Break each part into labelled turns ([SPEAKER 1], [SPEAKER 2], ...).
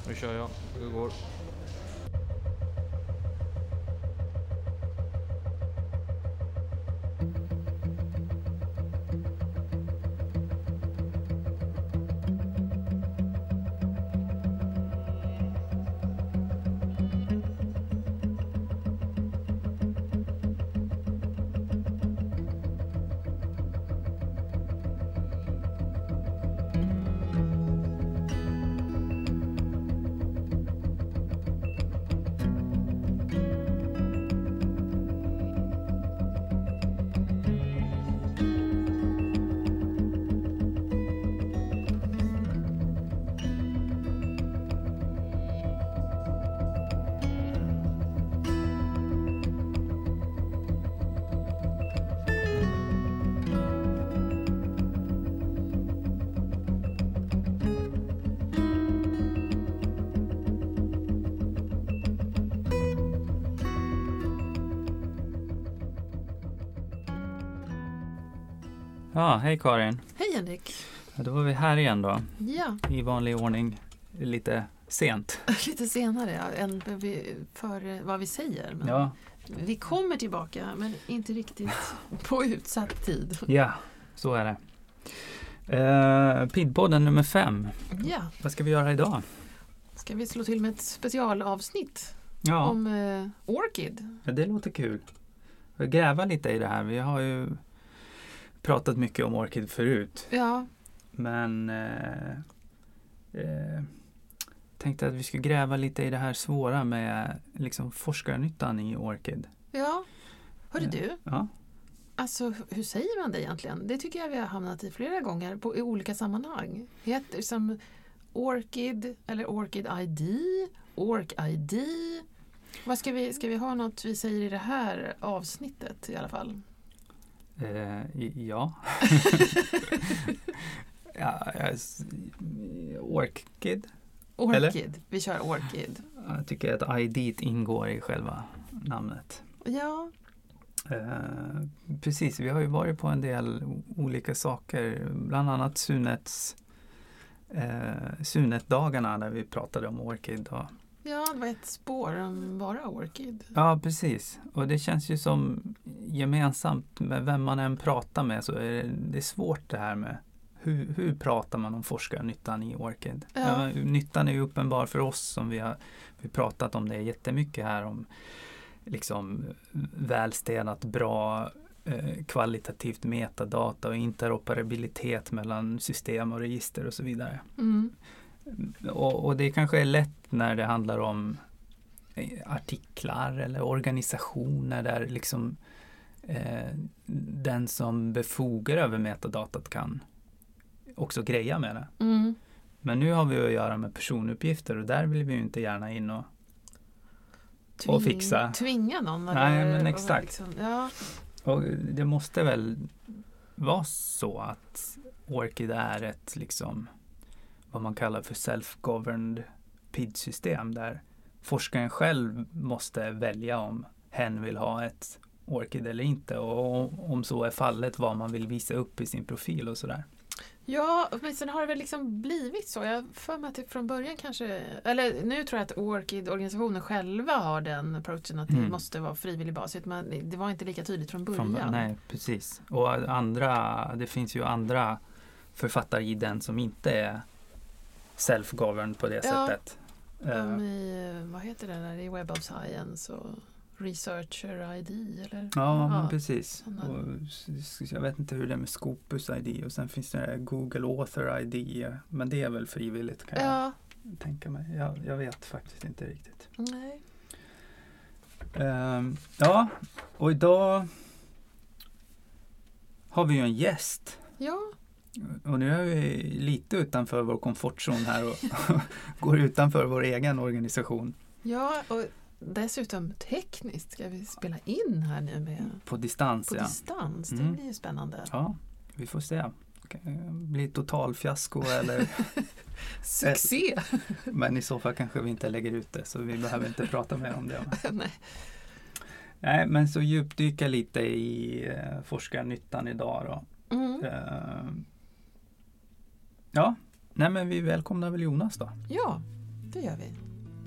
[SPEAKER 1] Nu kör jag. Hur går? Ja, hej Karin.
[SPEAKER 2] Hej Henrik.
[SPEAKER 1] Ja, då var vi här igen då.
[SPEAKER 2] Ja.
[SPEAKER 1] I vanlig ordning, lite sent.
[SPEAKER 2] Lite senare än för vad vi säger. Men
[SPEAKER 1] Ja.
[SPEAKER 2] Vi kommer tillbaka men inte riktigt på utsatt tid.
[SPEAKER 1] Ja, så är det. PID-podden nummer 5.
[SPEAKER 2] Ja.
[SPEAKER 1] Vad ska vi göra idag?
[SPEAKER 2] Ska vi slå till med ett specialavsnitt om Orchid?
[SPEAKER 1] Ja, det låter kul. Vi gräva lite i det här. Vi har ju pratat mycket om Orchid förut.
[SPEAKER 2] Ja.
[SPEAKER 1] Men tänkte att vi skulle gräva lite i det här svåra med liksom forskarnyttan i Orchid.
[SPEAKER 2] Ja. Hörde du?
[SPEAKER 1] Ja.
[SPEAKER 2] Alltså, hur säger man det egentligen? Det tycker jag vi har hamnat i flera gånger i olika sammanhang. Heter som Orchid eller Orchid ID, Ork-ID. Vad ska vi ha något vi säger i det här avsnittet i alla fall?
[SPEAKER 1] Ja. Orchid.
[SPEAKER 2] Orchid.
[SPEAKER 1] Eller?
[SPEAKER 2] Vi kör Orchid.
[SPEAKER 1] Jag tycker att ID ingår i själva namnet.
[SPEAKER 2] Ja.
[SPEAKER 1] Precis, vi har ju varit på en del olika saker. Bland annat Sunet-dagarna där vi pratade om Orchid.
[SPEAKER 2] Ja, det var ett spår om bara Orchid.
[SPEAKER 1] Ja, precis. Och det känns ju som gemensamt med vem man än pratar med så är det svårt det här med hur pratar man om forskarnyttan i Orchid.
[SPEAKER 2] Ja.
[SPEAKER 1] Nyttan är ju uppenbar för oss som vi pratat om det jättemycket här om liksom välstädat, bra kvalitativt metadata och interoperabilitet mellan system och register och så vidare.
[SPEAKER 2] Mm.
[SPEAKER 1] Och det kanske är lätt när det handlar om artiklar eller organisationer där liksom den som befogar över metadatat kan också greja med det.
[SPEAKER 2] Mm.
[SPEAKER 1] Men nu har vi att göra med personuppgifter och där vill vi ju inte gärna in och fixa.
[SPEAKER 2] Tvinga någon.
[SPEAKER 1] Nej,
[SPEAKER 2] eller,
[SPEAKER 1] men exakt.
[SPEAKER 2] Liksom, ja.
[SPEAKER 1] Och det måste väl vara så att Orchid är ett liksom vad man kallar för self-governed PID-system där forskaren själv måste välja om hen vill ha ett Orchid eller inte och om så är fallet vad man vill visa upp i sin profil och sådär.
[SPEAKER 2] Ja, men sen har det väl liksom blivit så. Jag för mig att det från början kanske, eller nu tror jag att Orchid-organisationen själva har den approachen att det måste vara frivillig basis, men det var inte lika tydligt från början.
[SPEAKER 1] Nej, precis. Och det finns ju andra författare i den som inte är self-governed på det sättet.
[SPEAKER 2] Vad heter det där i Web of Science och Researcher ID eller?
[SPEAKER 1] Ja, men precis. Och jag vet inte hur det är med Scopus ID och sen finns det Google Author ID, men det är väl frivilligt kan jag tänka mig. Jag vet faktiskt inte riktigt.
[SPEAKER 2] Nej.
[SPEAKER 1] Ja, och idag har vi ju en gäst.
[SPEAKER 2] Ja.
[SPEAKER 1] Och nu är vi lite utanför vår komfortzon här och går utanför vår egen organisation.
[SPEAKER 2] Ja, och dessutom tekniskt ska vi spela in här nu med
[SPEAKER 1] på distans.
[SPEAKER 2] Distans, det blir ju spännande.
[SPEAKER 1] Ja, vi får se. Blir total fiasko eller
[SPEAKER 2] succé.
[SPEAKER 1] Men i så fall kanske vi inte lägger ut det så vi behöver inte prata mer om det.
[SPEAKER 2] Nej,
[SPEAKER 1] men så djupdyka lite i forskarnyttan idag då.
[SPEAKER 2] Mm.
[SPEAKER 1] Men vi välkomnar väl Jonas då.
[SPEAKER 2] Ja, Det gör vi.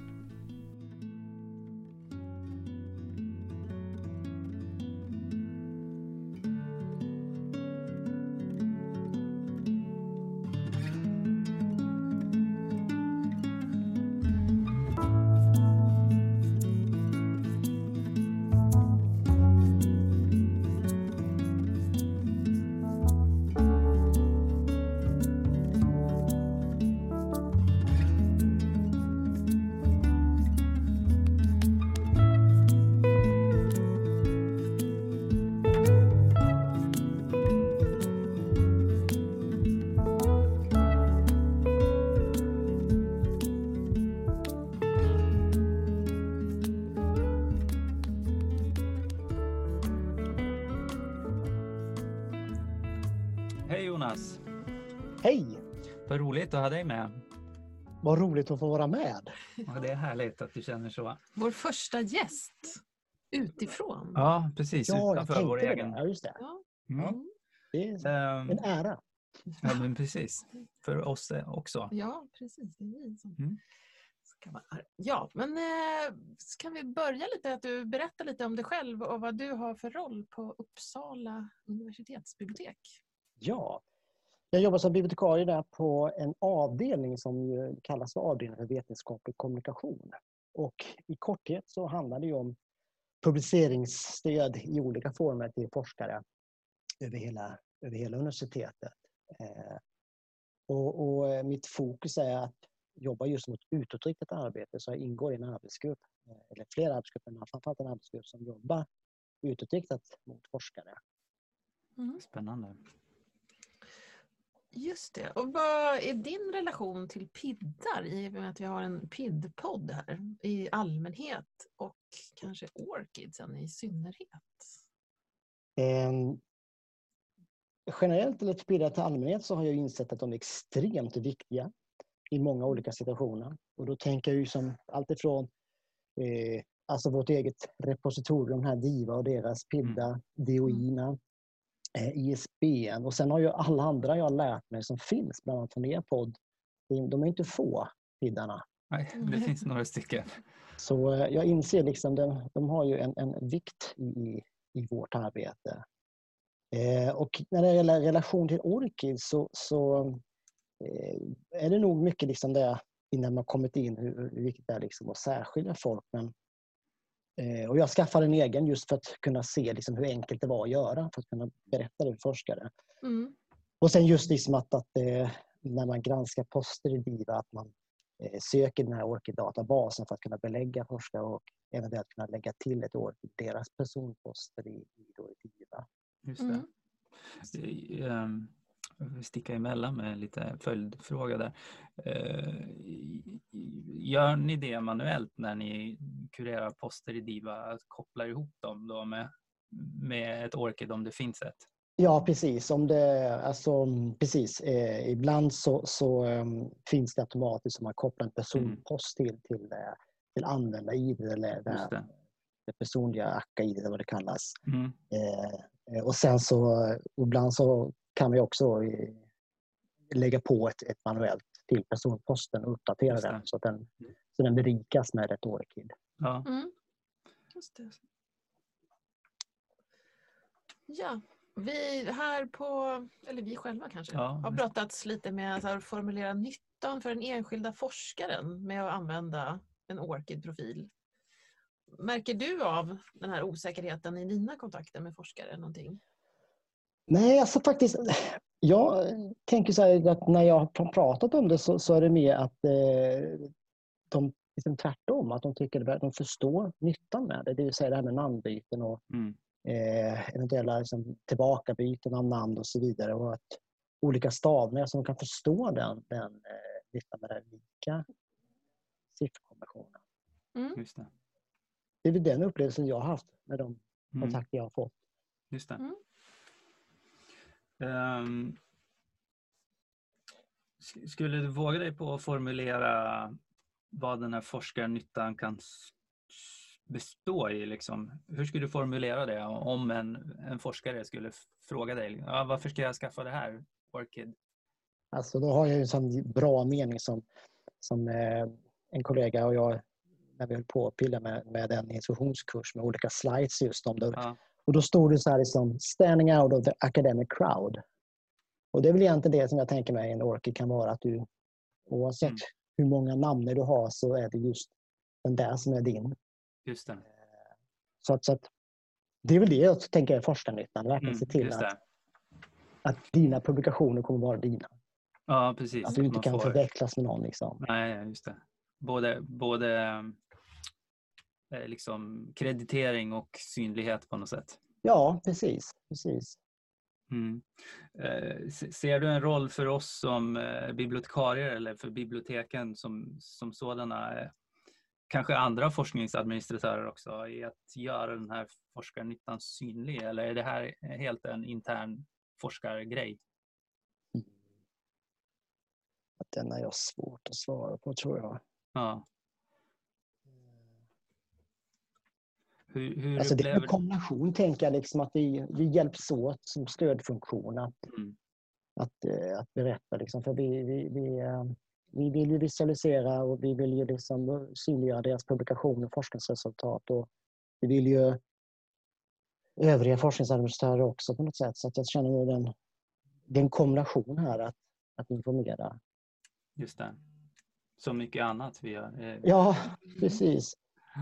[SPEAKER 1] Hej Jonas!
[SPEAKER 3] Hej!
[SPEAKER 1] Vad roligt att ha dig med.
[SPEAKER 3] Vad roligt att få vara med.
[SPEAKER 1] Ja, det är härligt att du känner så.
[SPEAKER 2] Vår första gäst utifrån.
[SPEAKER 1] Ja, precis.
[SPEAKER 3] Ja, jag
[SPEAKER 1] Utanför vår
[SPEAKER 3] tänkte
[SPEAKER 1] egen.
[SPEAKER 3] det. Ja, just det.
[SPEAKER 2] Ja.
[SPEAKER 1] Mm.
[SPEAKER 3] Det är en ära.
[SPEAKER 1] Ja, men precis. För oss också.
[SPEAKER 2] Ja, precis. Det är vi som ska vara här. Ja, men kan vi börja lite att du berättar lite om dig själv och vad du har för roll på Uppsala universitetsbibliotek.
[SPEAKER 3] Ja, jag jobbar som bibliotekarie där på en avdelning som ju kallas för avdelningen för vetenskaplig kommunikation. Och i korthet så handlar det ju om publiceringsstöd i olika former till forskare över hela universitetet. Och mitt fokus är att jobba just mot utåtriktat arbete, så jag ingår i en arbetsgrupp, eller flera arbetsgrupper, men framförallt en arbetsgrupp som jobbar utåtriktat mot forskare.
[SPEAKER 1] Spännande.
[SPEAKER 2] Just det. Och vad är din relation till piddar i och med att vi har en piddpodd här i allmänhet och kanske orchidsen i synnerhet?
[SPEAKER 3] Generellt eller piddar till allmänhet så har jag insett att de är extremt viktiga i många olika situationer. Och då tänker jag ju som allt ifrån alltså vårt eget repositorium, de här DIVA och deras piddar, DOIna, ISBN. Och sen har ju alla andra jag har lärt mig som finns, bland annat från er podd, de är inte få, piddarna.
[SPEAKER 1] Nej, det finns några stycken.
[SPEAKER 3] Så jag inser liksom, de har ju en vikt i vårt arbete. Och när det gäller relation till orkid så är det nog mycket liksom det innan man kommit in hur viktigt det är liksom att särskilja folk. Och jag skaffade en egen just för att kunna se liksom hur enkelt det var att göra, för att kunna berätta det för forskare. Och sen just liksom att när man granskar poster i DIVA, att man söker den här orkid-databasen för att kunna belägga forskare och eventuellt kunna lägga till ett orkid, deras personposter i DIVA.
[SPEAKER 1] Just det. Jag vill sticka emellan med lite följdfråga där. Gör ni det manuellt när ni kurerar poster i DIVA, att koppla ihop dem då med ett orkid om det finns ett?
[SPEAKER 3] Ja, precis. Precis. Ibland så finns det automatiskt som man kopplar en personpost till användar-id eller det personliga ACA-id eller vad det kallas. Och sen så ibland så kan vi också lägga på ett manuellt till personposten och uppdatera den så att den berikas med ett orkid.
[SPEAKER 1] Ja.
[SPEAKER 2] Just det. Ja, vi här eller vi själva kanske, har brottats lite med att formulera nyttan för den enskilda forskaren med att använda en orkid-profil. Märker du av den här osäkerheten i dina kontakter med forskare någonting?
[SPEAKER 3] Nej, alltså faktiskt, jag tänker så här att när jag har pratat om det så är det mer att de liksom tvärtom, att de tycker att de förstår nyttan med det. Det vill säga det här med namnbyten och eventuella liksom, tillbakabyten av namn och så vidare. Och att olika stavningar som kan förstå den nyttan med den lika sifferkonventionen.
[SPEAKER 1] Just det.
[SPEAKER 3] Det är väl den upplevelsen jag har haft med de kontakter jag har fått.
[SPEAKER 1] Just det. Skulle du våga dig på att formulera vad den här forskarnyttan kan bestå i? Liksom? Hur skulle du formulera det om en forskare skulle fråga dig? Varför ska jag skaffa det här orkid?
[SPEAKER 3] Alltså då har jag en sån bra mening som en kollega och jag, när vi höll på att pilla med en introduktionskurs med olika slides just om det.
[SPEAKER 1] Ja.
[SPEAKER 3] Och då stod det så här liksom, standing out of the academic crowd. Och det är väl egentligen det som jag tänker mig en ORCID kan vara, att du oavsett hur många namn du har så är det just den där som är din.
[SPEAKER 1] Just det.
[SPEAKER 3] Så att det är väl det jag tänker är forskarnyttan, verkligen se till att dina publikationer kommer vara dina.
[SPEAKER 1] Ja, precis.
[SPEAKER 3] Att du inte kan förväxlas med någon liksom.
[SPEAKER 1] Nej, just det. Både liksom kreditering och synlighet på något sätt.
[SPEAKER 3] Ja, precis.
[SPEAKER 1] Mm. Ser du en roll för oss som bibliotekarier eller för biblioteken som sådana, kanske andra forskningsadministratörer också, i att göra den här forskarnyttan synlig, eller är det här helt en intern forskargrej?
[SPEAKER 3] Den är jag svårt att svara på, tror jag.
[SPEAKER 1] Ja. Hur
[SPEAKER 3] alltså det är en kombination, tänker jag, liksom, att vi hjälps åt som stödfunktion att berätta. Liksom, för vi vill ju visualisera och vi vill ju liksom synliggöra deras publikationer och forskningsresultat. Och vi vill ju övriga forskningsadministratörer också på något sätt. Så att jag känner ju den kombination här att informera.
[SPEAKER 1] Just det. Så mycket annat vi gör.
[SPEAKER 3] Ja, precis.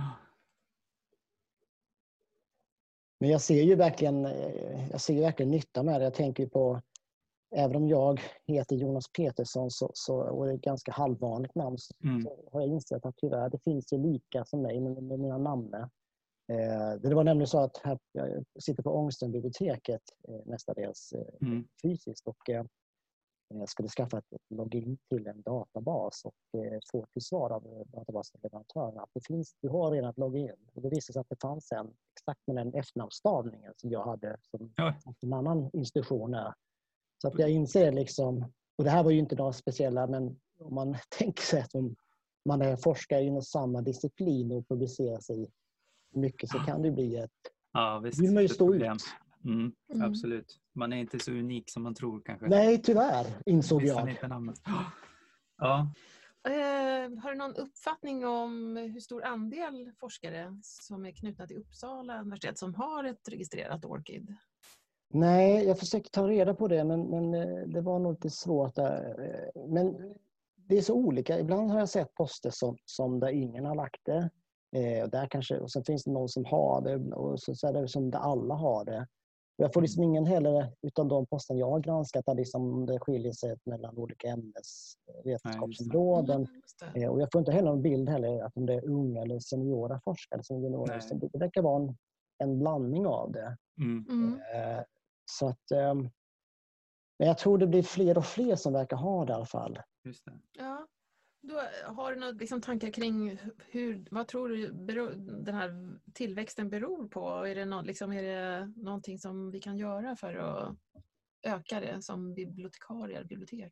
[SPEAKER 3] Men jag ser ju verkligen nytta med det. Jag tänker på, även om jag heter Jonas Petersson och det är ett ganska halvvanligt namn, så har jag insett att tyvärr det finns ju lika som mig med mina namn. Det var nämligen så att jag sitter på Ångströmbiblioteket mestadels fysiskt, och jag skulle skaffa ett login till en databas och få till svar av databasleverantörerna att du har redan ett login. Och det visade sig att det fanns en exakt med den efternamnsstavningen som jag hade som en annan institution där. Så att jag inser liksom, och det här var ju inte några speciella, men om man tänker sig att man är forskare inom samma disciplin och publicerar sig mycket, så kan det bli vill man ju stå ut.
[SPEAKER 1] Absolut. Man är inte så unik som man tror kanske.
[SPEAKER 3] Nej, tyvärr, insåg jag.
[SPEAKER 1] Ja.
[SPEAKER 2] Har du någon uppfattning om hur stor andel forskare som är knutna till Uppsala universitet som har ett registrerat ORCID?
[SPEAKER 3] Nej, jag försökte ta reda på det, men det var nog lite svårt där. Men det är så olika. Ibland har jag sett poster som där ingen har lagt det. Och sen finns det någon som har det, och så är det som där alla har det. Jag får liksom ingen heller, utan de posten jag har granskat, där liksom det skiljer sig mellan olika ämnesvetenskapsområden. Och jag får inte heller någon bild heller att om det är unga eller seniora forskare som juniorer. Så det verkar vara en blandning av det. Så att, men jag tror det blir fler och fler som verkar ha det i alla fall.
[SPEAKER 1] Just det.
[SPEAKER 2] Ja. Då har du några tankar kring vad tror du den här tillväxten beror på? Är det någonting som vi kan göra för att öka det som bibliotekarier, bibliotek?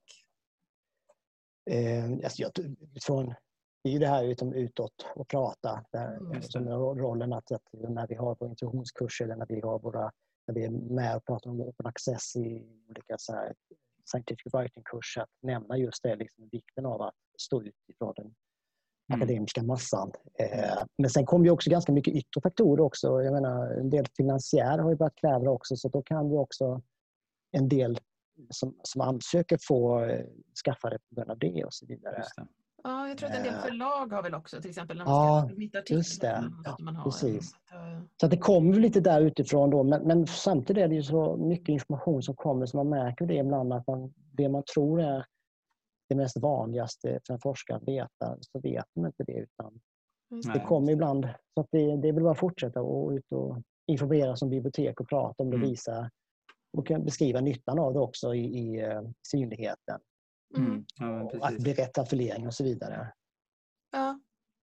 [SPEAKER 2] Det är ju det här utåt och prata. Som rollen att när vi har vår introduktionskurs eller när vi är med och pratar om open access i olika så här scientific writing-kurs, att nämna just det, liksom vikten av att stå ut ifrån den akademiska massan. Men sen kommer ju också ganska mycket yttre faktorer också. Jag menar, en del finansiärer har ju börjat kräva också, så då kan ju också en del som ansöker få skaffa det på grund av det och så vidare. Ja, jag tror att en del förlag har väl också, till exempel när man ska mitt artikel.
[SPEAKER 3] Just det. Precis. Så att det kommer lite där utifrån då, men samtidigt är det ju så mycket information som kommer, så man märker det ibland att det man tror är det mest vanligaste för en forskare att veta, så vet man inte det, utan det kommer ibland. Så att det vill bara fortsätta och ut och informera som bibliotek och prata om det, visa och kan beskriva nyttan av det också i synligheten. Och att berätta affiliering och så vidare.
[SPEAKER 2] Ja.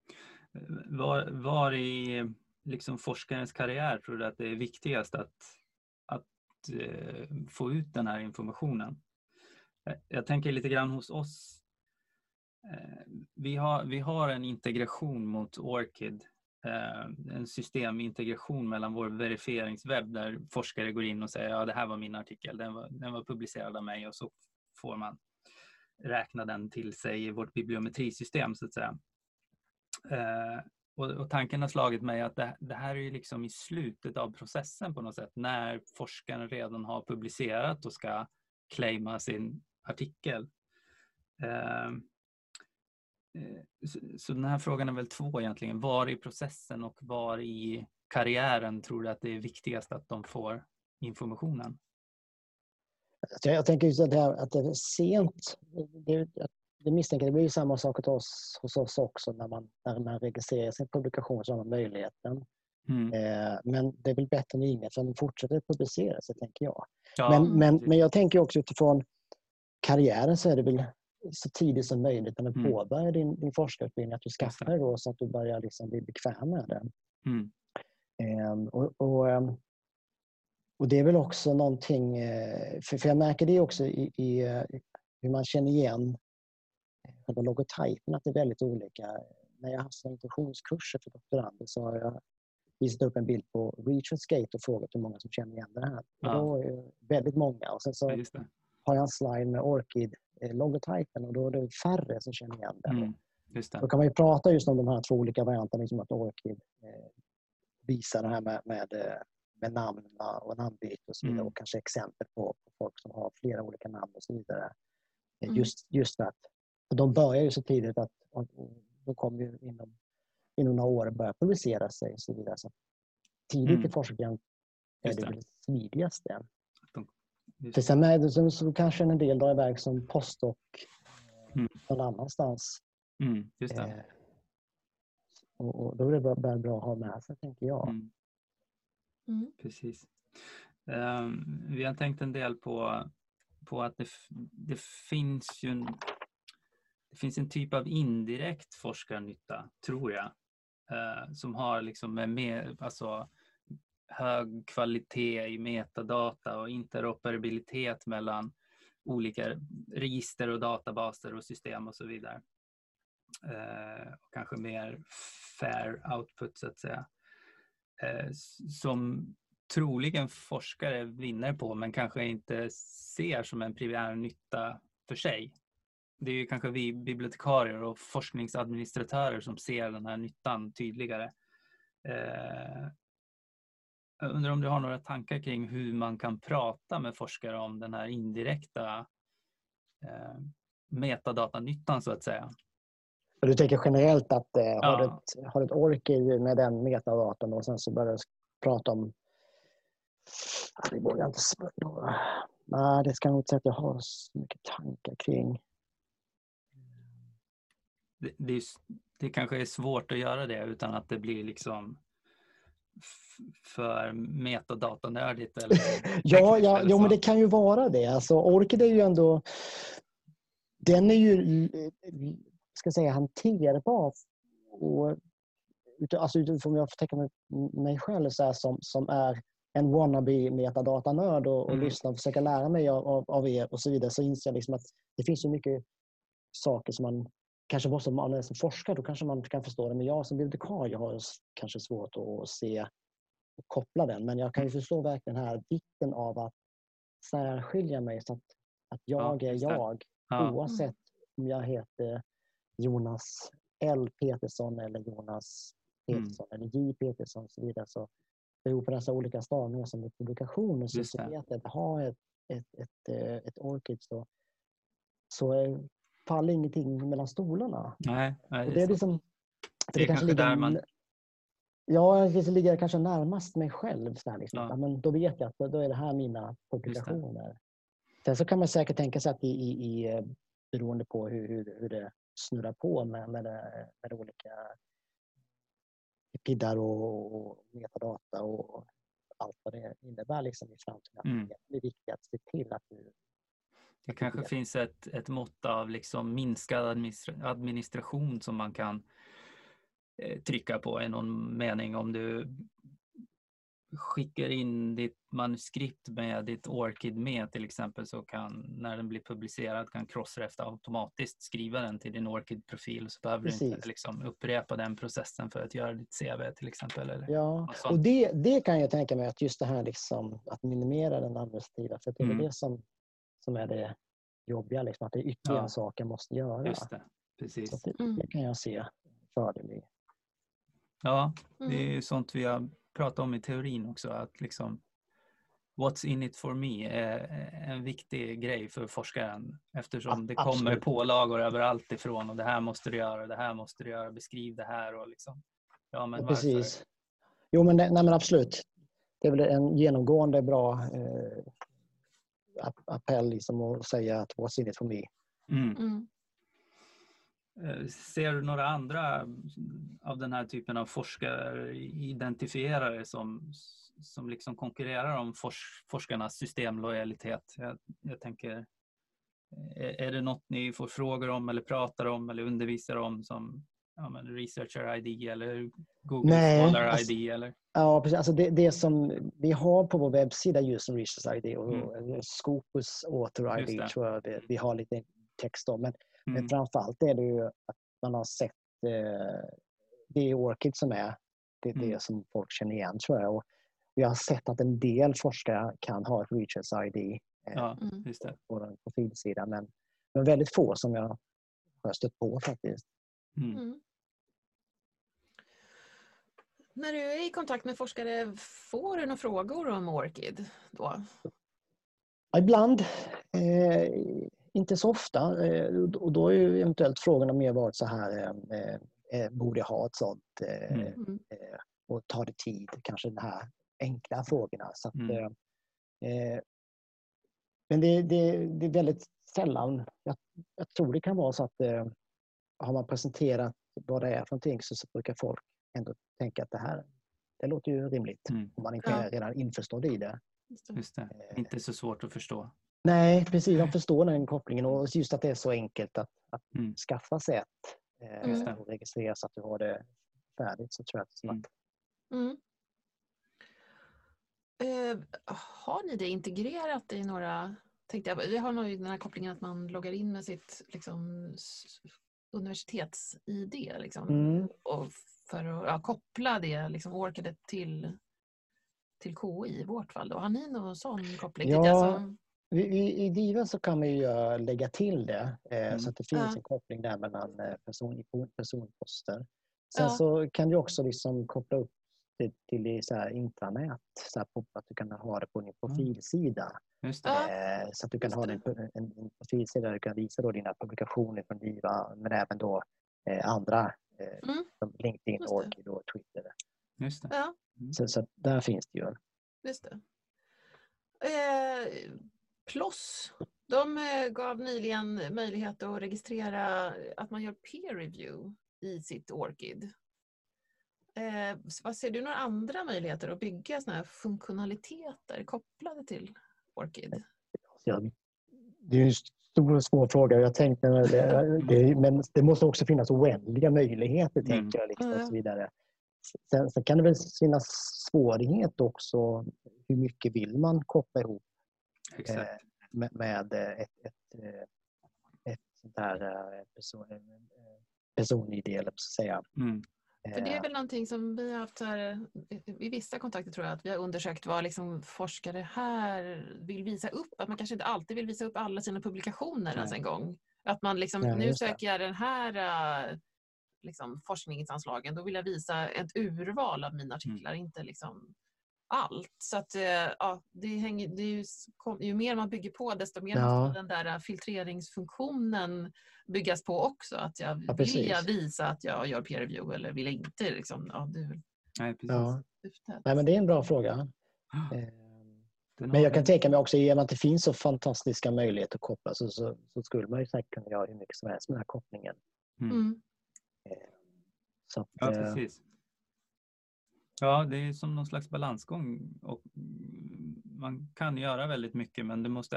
[SPEAKER 1] Var i liksom forskarens karriär tror du att det är viktigast att få ut den här informationen? Jag tänker lite grann hos oss. Vi har en integration mot ORCID. En systemintegration mellan vår verifieringswebb där forskare går in och säger det här var min artikel, den var publicerad av mig, och så får man räkna den till sig i vårt bibliometrisystem så att säga. Och tanken har slagit mig att det här är ju liksom i slutet av processen på något sätt, när forskaren redan har publicerat och ska claima sin artikel. Så den här frågan är väl två egentligen. Var i processen och var i karriären tror du att det är viktigast att de får informationen?
[SPEAKER 3] Jag tänker just att det är sent. Det misstänker det blir ju samma sak hos oss också när man registrerar sin publikation så har man möjligheten. Men det är väl bättre än inget, för de fortsätter publicera sig, tänker jag.
[SPEAKER 1] Ja,
[SPEAKER 3] men jag tänker också utifrån karriären så är det väl så tidigt som möjligt när du påbörjar din forskarutbildning, att du skaffar det då så att du börjar liksom bli bekväm med det. Och det är väl också någonting, för jag märker det också i hur man känner igen själva logotypen, att det är väldigt olika. När jag har haft introduktionskurser för doktorander så har jag visat upp en bild på ResearchGate och frågat hur många som känner igen det här. Och då är det väldigt många. Och sen så har jag en slide med ORCID-logotypen och då är det färre som känner igen den.
[SPEAKER 1] Just det.
[SPEAKER 3] Då kan man ju prata just om de här två olika varianterna, liksom att ORCID visar det här med namn och namnbyte och så vidare, och kanske exempel på folk som har flera olika namn och så vidare. Just för att de börjar ju så tidigt att de kommer ju inom några år börja publicera sig och så vidare. Så tidigt i forskningen är det väl smidigaste. För sen så kanske en del drar iväg som postdoc någon annanstans.
[SPEAKER 1] Just det.
[SPEAKER 3] Och då är det bra att ha med sig, tänker jag.
[SPEAKER 1] Precis. Vi har tänkt en del på att det finns ju det finns en typ av indirekt forskarnytta, tror jag, som har liksom alltså hög kvalitet i metadata och interoperabilitet mellan olika register och databaser och system och så vidare. Och kanske mer fair output, så att säga. Som troligen forskare vinner på, men kanske inte ser som en primär nytta för sig. Det är ju kanske vi bibliotekarier och forskningsadministratörer som ser den här nyttan tydligare. Jag undrar om du har några tankar kring hur man kan prata med forskare om den här indirekta metadatanyttan, så att säga.
[SPEAKER 3] Du tänker generellt att har du ett ORCID med den metadatan och sen så börjar du prata om... Det vågar jag inte spara. Nej, det ska jag nog inte säga att jag har så mycket tankar kring.
[SPEAKER 1] Det kanske är svårt att göra det utan att det blir liksom för metadatanördigt eller
[SPEAKER 3] ja, men det kan ju vara det. Alltså ORCID är ju ändå, den är ju, ska jag säga, hanterbar, och alltså utifrån jag får tänka mig själv så här, som är en wannabe metadatanörd och lyssna och försöka lära mig av er och så vidare, så inser jag liksom att det finns så mycket saker som man kanske måste, om man är som forskare, då kanske man kan förstå det, men jag som bibliotekarie har kanske svårt att se och koppla den, men jag kan ju förstå verkligen här vikten av att särskilja mig så att jag är jag, oavsett om jag heter Jonas L. Petersson eller Jonas Petersson eller J. Petersson och så vidare, så beror på dessa olika stavningar som är publikationer, så vet jag att ha ett ORCID så faller ingenting mellan stolarna.
[SPEAKER 1] Nej,
[SPEAKER 3] det är liksom, det kanske ligger där man... Ja, det ligger kanske närmast mig själv. Så här, liksom. Ja, men då vet jag att då är det här mina publikationer. Sen så kan man säkert tänka sig att beroende på hur det snurrar på med olika piddar och metadata och allt vad det innebär liksom i framtiden. Det är viktigt att se till att
[SPEAKER 1] det kanske finns ett mått av liksom minskad administration som man kan trycka på i någon mening. Om du skickar in ditt manuskript med ditt ORCID med till exempel, så kan, när den blir publicerad, kan Crossref automatiskt skriva den till din ORCID-profil, så behöver du inte liksom upprepa den processen för att göra ditt CV till exempel. Eller
[SPEAKER 3] och det kan jag tänka mig, att just det här liksom, att minimera den administrativa, för det är det som är det jobbiga, liksom, att det är ytterligare saker måste göra.
[SPEAKER 1] Just det, precis.
[SPEAKER 3] Så det kan jag se fördel i.
[SPEAKER 1] Ja, det är ju sånt vi har pratat om i teorin också, att liksom what's in it for me är en viktig grej för forskaren, eftersom det kommer
[SPEAKER 3] Absolut.
[SPEAKER 1] pålagor överallt ifrån och det här måste du göra, det här måste du göra, beskriv det här och liksom, ja men varför?
[SPEAKER 3] Precis. Jo, men, nej, men absolut. Det är väl en genomgående bra appell liksom att säga att what's in it for me.
[SPEAKER 1] Ser du några andra av den här typen av forskaridentifierare som liksom konkurrerar om forskarnas systemlojalitet? Jag tänker, är det något ni får frågor om eller pratar om eller undervisar om som Researcher ID eller Google Scholar ID? Eller?
[SPEAKER 3] Ja, precis. Alltså det som vi har på vår webbsida just som Researcher ID och Scopus Author ID tror jag vi har lite text om. Men framförallt är det ju att man har sett det är ORCID som är det som folk känner igen tror jag. Och vi har sett att en del forskare kan ha ett Researcher ID på den profilsidan. Men väldigt få som jag har stött på faktiskt.
[SPEAKER 2] När du är i kontakt med forskare, får du några frågor om ORCID då?
[SPEAKER 3] Ibland. Inte så ofta. Och då är ju eventuellt frågorna mer varit så här, borde jag ha ett sånt? Och tar det tid? Kanske de här enkla frågorna. Så att, men det är väldigt sällan. Jag tror det kan vara så att har man presenterat vad det är för någonting så brukar folk ändå tänka att det låter ju rimligt. Om man inte är redan införstådd i det.
[SPEAKER 1] Just det. Inte så svårt att förstå.
[SPEAKER 3] Nej, precis. De förstår den kopplingen. Och just att det är så enkelt att skaffa sig och registrera så att du har det färdigt, så tror jag att det är snabbt.
[SPEAKER 2] Har ni det integrerat i några... Vi har nog den här kopplingen att man loggar in med sitt liksom, universitets-ID liksom, och för att koppla det liksom, ORCID till KI i vårt fall. Då. Har ni någon sån koppling?
[SPEAKER 3] Ja, i DIVA så kan man ju lägga till det så att det finns en koppling där mellan personposter. Sen så kan du också liksom koppla upp det till så här intranät så här att du kan ha det på din profilsida.
[SPEAKER 1] Just det.
[SPEAKER 3] Så att du kan ha en profilsida där du kan visa då dina publikationer från DIVA, men även då andra som LinkedIn, ORCID och Twitter.
[SPEAKER 1] Just det.
[SPEAKER 3] Så där finns det ju.
[SPEAKER 2] Just det. PLOS, de gav nyligen möjlighet att registrera att man gör peer review i sitt ORCID. Vad ser du några andra möjligheter att bygga såna här funktionaliteter kopplade till ORCID?
[SPEAKER 3] Ja, det är en stor och svår fråga. Jag tänkte men det måste också finnas oändliga möjligheter tänker jag liksom, och så vidare. Sen kan det väl finnas svårighet också. Hur mycket vill man koppla ihop med ett sånt här person-ID eller så att säga.
[SPEAKER 2] För det är väl någonting som vi har haft här, i vissa kontakter tror jag att vi har undersökt vad liksom forskare här vill visa upp. Att man kanske inte alltid vill visa upp alla sina publikationer ens en gång. Att man liksom, nu söker jag den här liksom, forskningsanslagen, då vill jag visa ett urval av mina artiklar, inte liksom allt. Så att ju mer man bygger på, desto mer måste den där filtreringsfunktionen byggas på också. Att vill jag visa att jag gör peer review eller vill jag inte? Liksom,
[SPEAKER 1] Nej, precis.
[SPEAKER 3] Nej, men det är en bra fråga. Men jag kan tänka mig också, i och med att det finns så fantastiska möjligheter att koppla så skulle man ju säkert kunna göra hur mycket som helst med den här kopplingen. Så att,
[SPEAKER 1] precis. Ja, det är som någon slags balansgång och man kan göra väldigt mycket, men det måste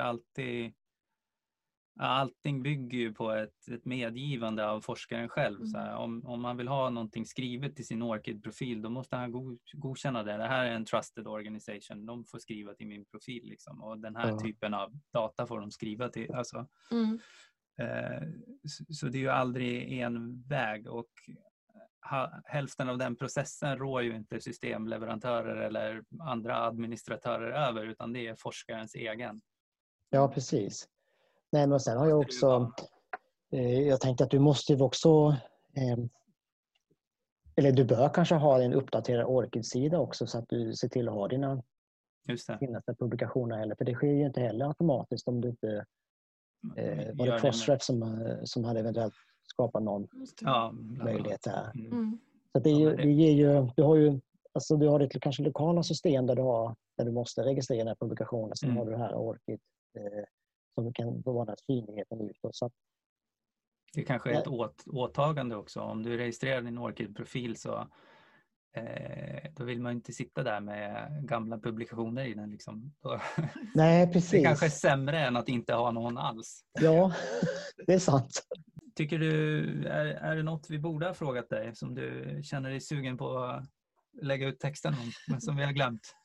[SPEAKER 1] allting bygger ju på ett medgivande av forskaren själv. Så här, om man vill ha någonting skrivet i sin ORCID-profil, då måste han godkänna det. Det här är en trusted organization, de får skriva till min profil liksom, och den här typen av data får de skriva till. Alltså. Så det är ju aldrig en väg, och hälften av den processen rår ju inte systemleverantörer eller andra administratörer över, utan det är forskarens egen.
[SPEAKER 3] Ja, precis. Nej, men sen har jag också jag tänkte att du måste ju också eller du bör kanske ha en uppdaterad ORCID-sida också så att du ser till att ha dina
[SPEAKER 1] Just det.
[SPEAKER 3] senaste publikationer heller. För det sker ju inte heller automatiskt om du inte... var det Crossref som hade eventuellt skapat någon möjlighet där. Så det ger ju... Du har ett kanske lokala system där du måste registrera den här publikationen. Sen har du det här ORCID som kan vara synligheten utåt. Så
[SPEAKER 1] det kanske är ett åtagande också. Om du registrerar din ORCID-profil så då vill man inte sitta där med gamla publikationer i den. Liksom.
[SPEAKER 3] Nej, precis.
[SPEAKER 1] Det kanske är sämre än att inte ha någon alls.
[SPEAKER 3] Ja, det är sant.
[SPEAKER 1] Tycker du, är det något vi borde ha frågat dig som du känner dig sugen på att lägga ut texten om, men som vi har glömt?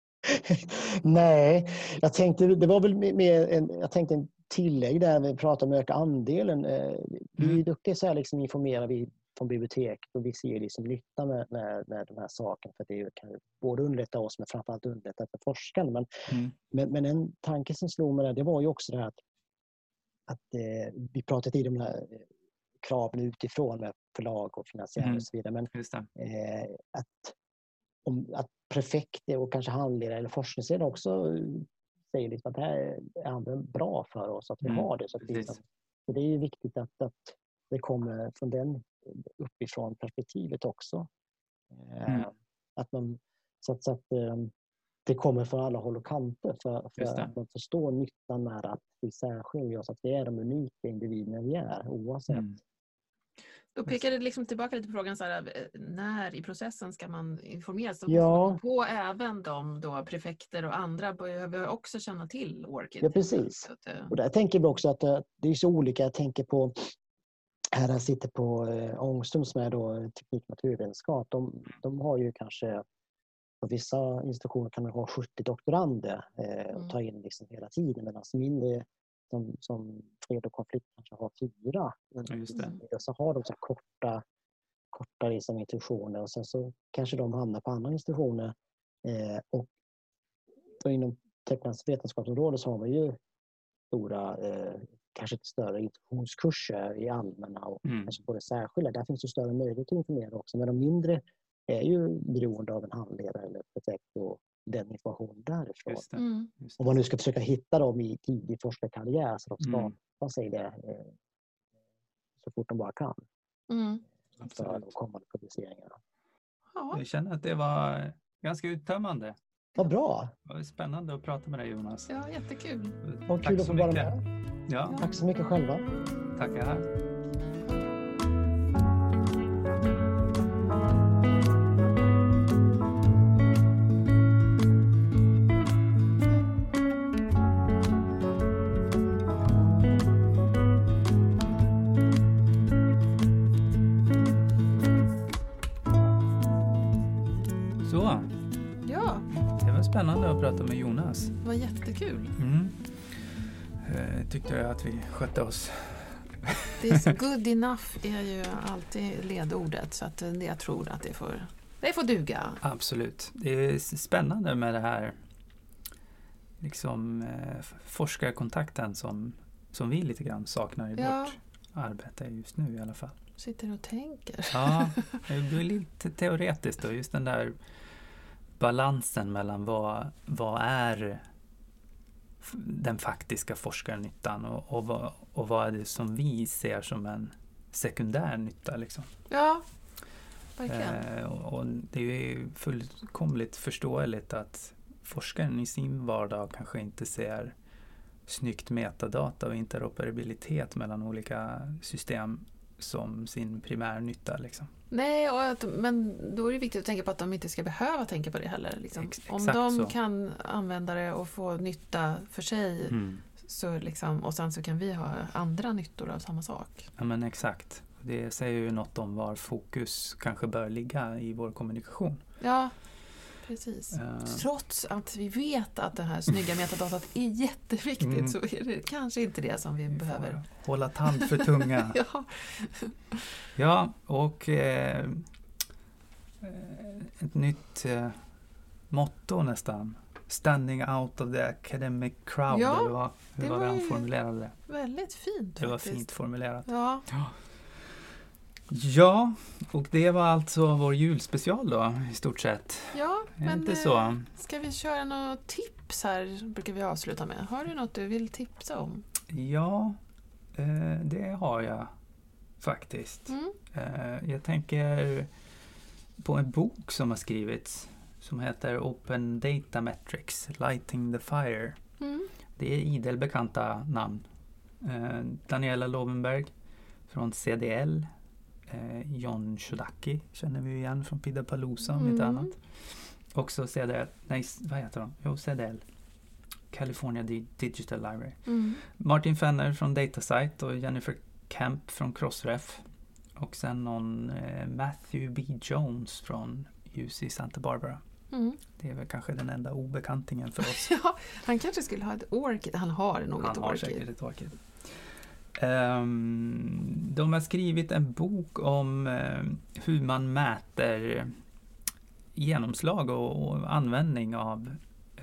[SPEAKER 3] Nej, jag tänkte det var väl mer en tillägg där vi pratar om att öka andelen. Vi är duktiga så här liksom informerar vi från biblioteket och vi ser liksom nytta med de här sakerna för att det kan både underlätta oss men framförallt underlätta för forskarna. Men en tanke som slog mig där, det var ju också det här att vi pratade tidigare om de här kraven utifrån med förlag och finansiärer och så vidare. Men att prefekter och kanske handledare eller forskningsledare också säger liksom att det här är bra för oss att vi har det. Så det är ju viktigt att det kommer från den uppifrån perspektivet också. Att man, så att det kommer från alla håll och kanter för att man förstår nyttan med att vi särskiljer oss, att vi är de unika individerna vi är oavsett.
[SPEAKER 2] Då pekar det liksom tillbaka lite på frågan så här, när i processen ska man informeras? På även de då prefekter och andra behöver också känna till ORCID.
[SPEAKER 3] Ja, precis. Och där tänker vi också att det är så olika. Jag tänker på, här sitter på Ångström som är då teknik och naturvetenskap. De har ju kanske, på vissa institutioner kan man ha 70 doktorander och ta in liksom hela tiden, medan mindre som fred och konflikt kanske har 4. Och så har de så korta liksom institutioner och sen så kanske de hamnar på andra institutioner. Och inom teknisk vetenskapsområde så har man ju stora, kanske större introduktionskurser i allmänna och kanske både särskilda. Där finns ju större möjlighet att informera också, men de mindre är ju beroende av en handledare eller prefekt och den informationen därifrån. Just det. Om man nu ska försöka hitta dem i tidig forskarkarriär så de skapar sig det så fort de bara kan. För de kommande publiceringarna.
[SPEAKER 1] Jag känner att det var ganska uttömmande.
[SPEAKER 3] Vad bra!
[SPEAKER 1] Det var spännande att prata med dig, Jonas.
[SPEAKER 2] Ja, jättekul.
[SPEAKER 3] Och kul att få vara med.
[SPEAKER 1] Ja.
[SPEAKER 3] Tack så mycket själva.
[SPEAKER 1] Tackar. Spännande att prata med Jonas.
[SPEAKER 2] Det var jättekul.
[SPEAKER 1] Tyckte jag att vi skötte oss.
[SPEAKER 2] This good enough är ju alltid ledordet, så att jag tror att det får duga.
[SPEAKER 1] Absolut. Det är spännande med det här liksom forskarkontakten som vi lite grann saknar i vårt arbete just nu i alla fall.
[SPEAKER 2] Sitter och tänker.
[SPEAKER 1] Ja, det blir lite teoretiskt då, just den där balansen mellan vad är den faktiska forskarnyttan och vad är det som vi ser som en sekundär nytta liksom.
[SPEAKER 2] Ja, verkligen.
[SPEAKER 1] Och det är ju fullkomligt förståeligt att forskaren i sin vardag kanske inte ser snyggt metadata och interoperabilitet mellan olika system som sin primärnytta liksom.
[SPEAKER 2] Nej, men då är det viktigt att tänka på att de inte ska behöva tänka på det heller. Liksom. Om de kan använda det och få nytta för sig så liksom, och sen så kan vi ha andra nyttor av samma sak.
[SPEAKER 1] Ja, men exakt. Det säger ju något om var fokus kanske bör ligga i vår kommunikation.
[SPEAKER 2] Ja, precis. Trots att vi vet att det här snygga metadatat är jätteviktigt så är det kanske inte det som vi behöver.
[SPEAKER 1] Hålla tand för tunga. Ja, och ett nytt motto nästan. Standing out of the academic crowd.
[SPEAKER 2] Ja,
[SPEAKER 1] hur var det han formulerade det?
[SPEAKER 2] Väldigt fint.
[SPEAKER 1] Det var fint formulerat.
[SPEAKER 2] Ja.
[SPEAKER 1] Ja, och det var alltså vår julspecial då, i stort sett.
[SPEAKER 2] Ja, men
[SPEAKER 1] Inte så.
[SPEAKER 2] Ska vi köra något tips här, brukar vi avsluta med. Har du något du vill tipsa om?
[SPEAKER 1] Ja, det har jag faktiskt. Jag tänker på en bok som har skrivits som heter Open Data Metrics, Lighting the Fire. Det är idel bekanta namn. Daniela Lovenberg från CDL. John Chodaki känner vi igen från Pidapalooza om inte annat. Också CDL, nej vad heter de? Jo, CDL. California Digital Library. Martin Fenner från Datasite och Jennifer Kemp från Crossref. Och sen någon Matthew B. Jones från UC Santa Barbara. Det är väl kanske den enda obekantingen för oss.
[SPEAKER 2] Ja, han kanske skulle ha ett ORCID. Han har nog ett ORCID.
[SPEAKER 1] Han har säkert ett ORCID. De har skrivit en bok om hur man mäter genomslag och användning av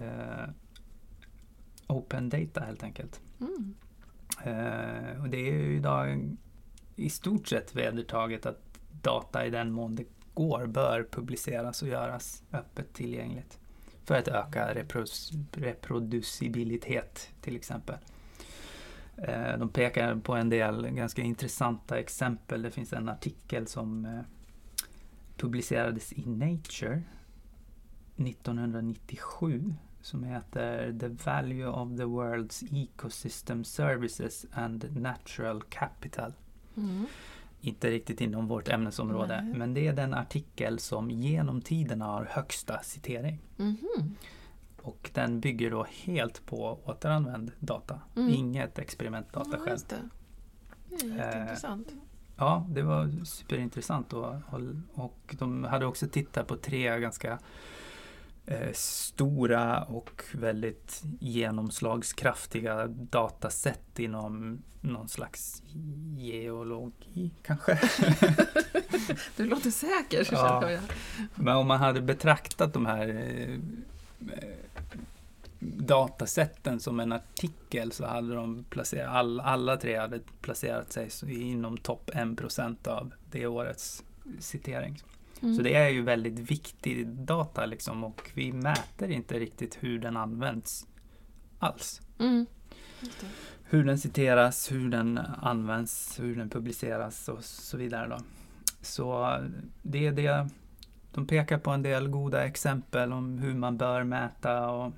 [SPEAKER 1] open data helt enkelt. Och det är ju idag i stort sett vedertaget att data i den mån det går bör publiceras och göras öppet tillgängligt för att öka reproducibilitet till exempel. De pekar på en del ganska intressanta exempel. Det finns en artikel som publicerades i Nature 1997 som heter The Value of the World's Ecosystem Services and Natural Capital. Inte riktigt inom vårt ämnesområde, men det är den artikel som genom tiderna har högsta citering. Och den bygger då helt på återanvänd data. Inget experimentdata själv.
[SPEAKER 2] Det är jätteintressant.
[SPEAKER 1] Ja, det var superintressant. Och de hade också tittat på 3 ganska stora och väldigt genomslagskraftiga dataset inom någon slags geologi kanske.
[SPEAKER 2] Du låter säker.
[SPEAKER 1] Ja. Men om man hade betraktat de här datasätten som en artikel så hade de placerat, alla 3 hade placerat sig inom topp 1% av det årets citering. Så det är ju väldigt viktig data liksom, och vi mäter inte riktigt hur den används alls. Hur den citeras, hur den används, hur den publiceras och så vidare då. Så det är det. De pekar på en del goda exempel om hur man bör mäta och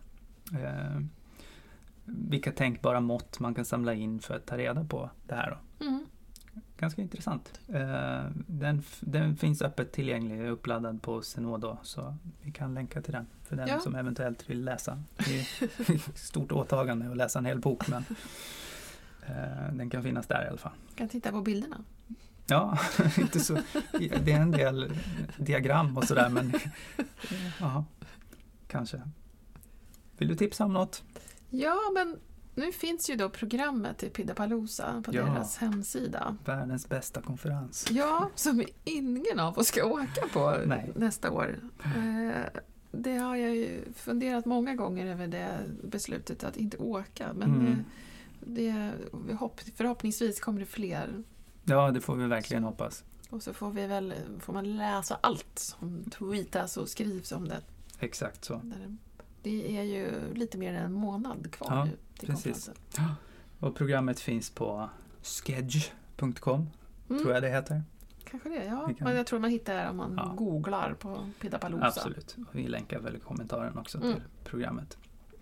[SPEAKER 1] vilka tänkbara mått man kan samla in för att ta reda på det här då. Ganska intressant. Den finns öppet tillgänglig och uppladdad på Zenodo så vi kan länka till den för den som eventuellt vill läsa. Det är ett stort åtagande att läsa en hel bok men den kan finnas där i alla fall.
[SPEAKER 2] Kan titta på bilderna.
[SPEAKER 1] Ja, inte så. Det är en del diagram och sådär men ja, kanske. Vill du tipsa om något?
[SPEAKER 2] Ja, men nu finns ju då programmet till Pidapalooza på deras hemsida.
[SPEAKER 1] Världens bästa konferens.
[SPEAKER 2] Ja, som ingen av oss ska åka på nästa år. Det har jag ju funderat många gånger över det beslutet att inte åka. Men förhoppningsvis kommer det fler.
[SPEAKER 1] Ja, det får vi verkligen hoppas.
[SPEAKER 2] Och så får man läsa allt som tweetas och skrivs om det.
[SPEAKER 1] Exakt så.
[SPEAKER 2] Det är ju lite mer än en månad kvar nu till konferensen.
[SPEAKER 1] Och programmet finns på sketch.com tror jag det heter.
[SPEAKER 2] Kanske det, ja. Men jag tror man hittar det om man googlar på Pidapalooza.
[SPEAKER 1] Absolut. Och vi länkar väl i kommentaren också till programmet.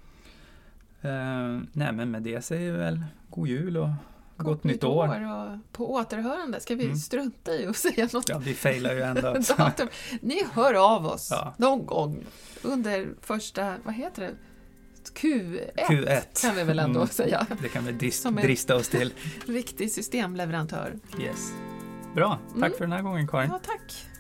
[SPEAKER 1] Nej, men med det säger vi väl god jul och gott nytt år.
[SPEAKER 2] Och på återhörande ska vi strunta i och säga något.
[SPEAKER 1] Ja, vi failar ju ändå.
[SPEAKER 2] Ni hör av oss någon gång under första, vad heter det? Q1 kan vi väl ändå säga.
[SPEAKER 1] Det kan vi drista oss till.
[SPEAKER 2] Riktig systemleverantör.
[SPEAKER 1] Yes. Bra, tack för den här gången Karin.
[SPEAKER 2] Ja, tack.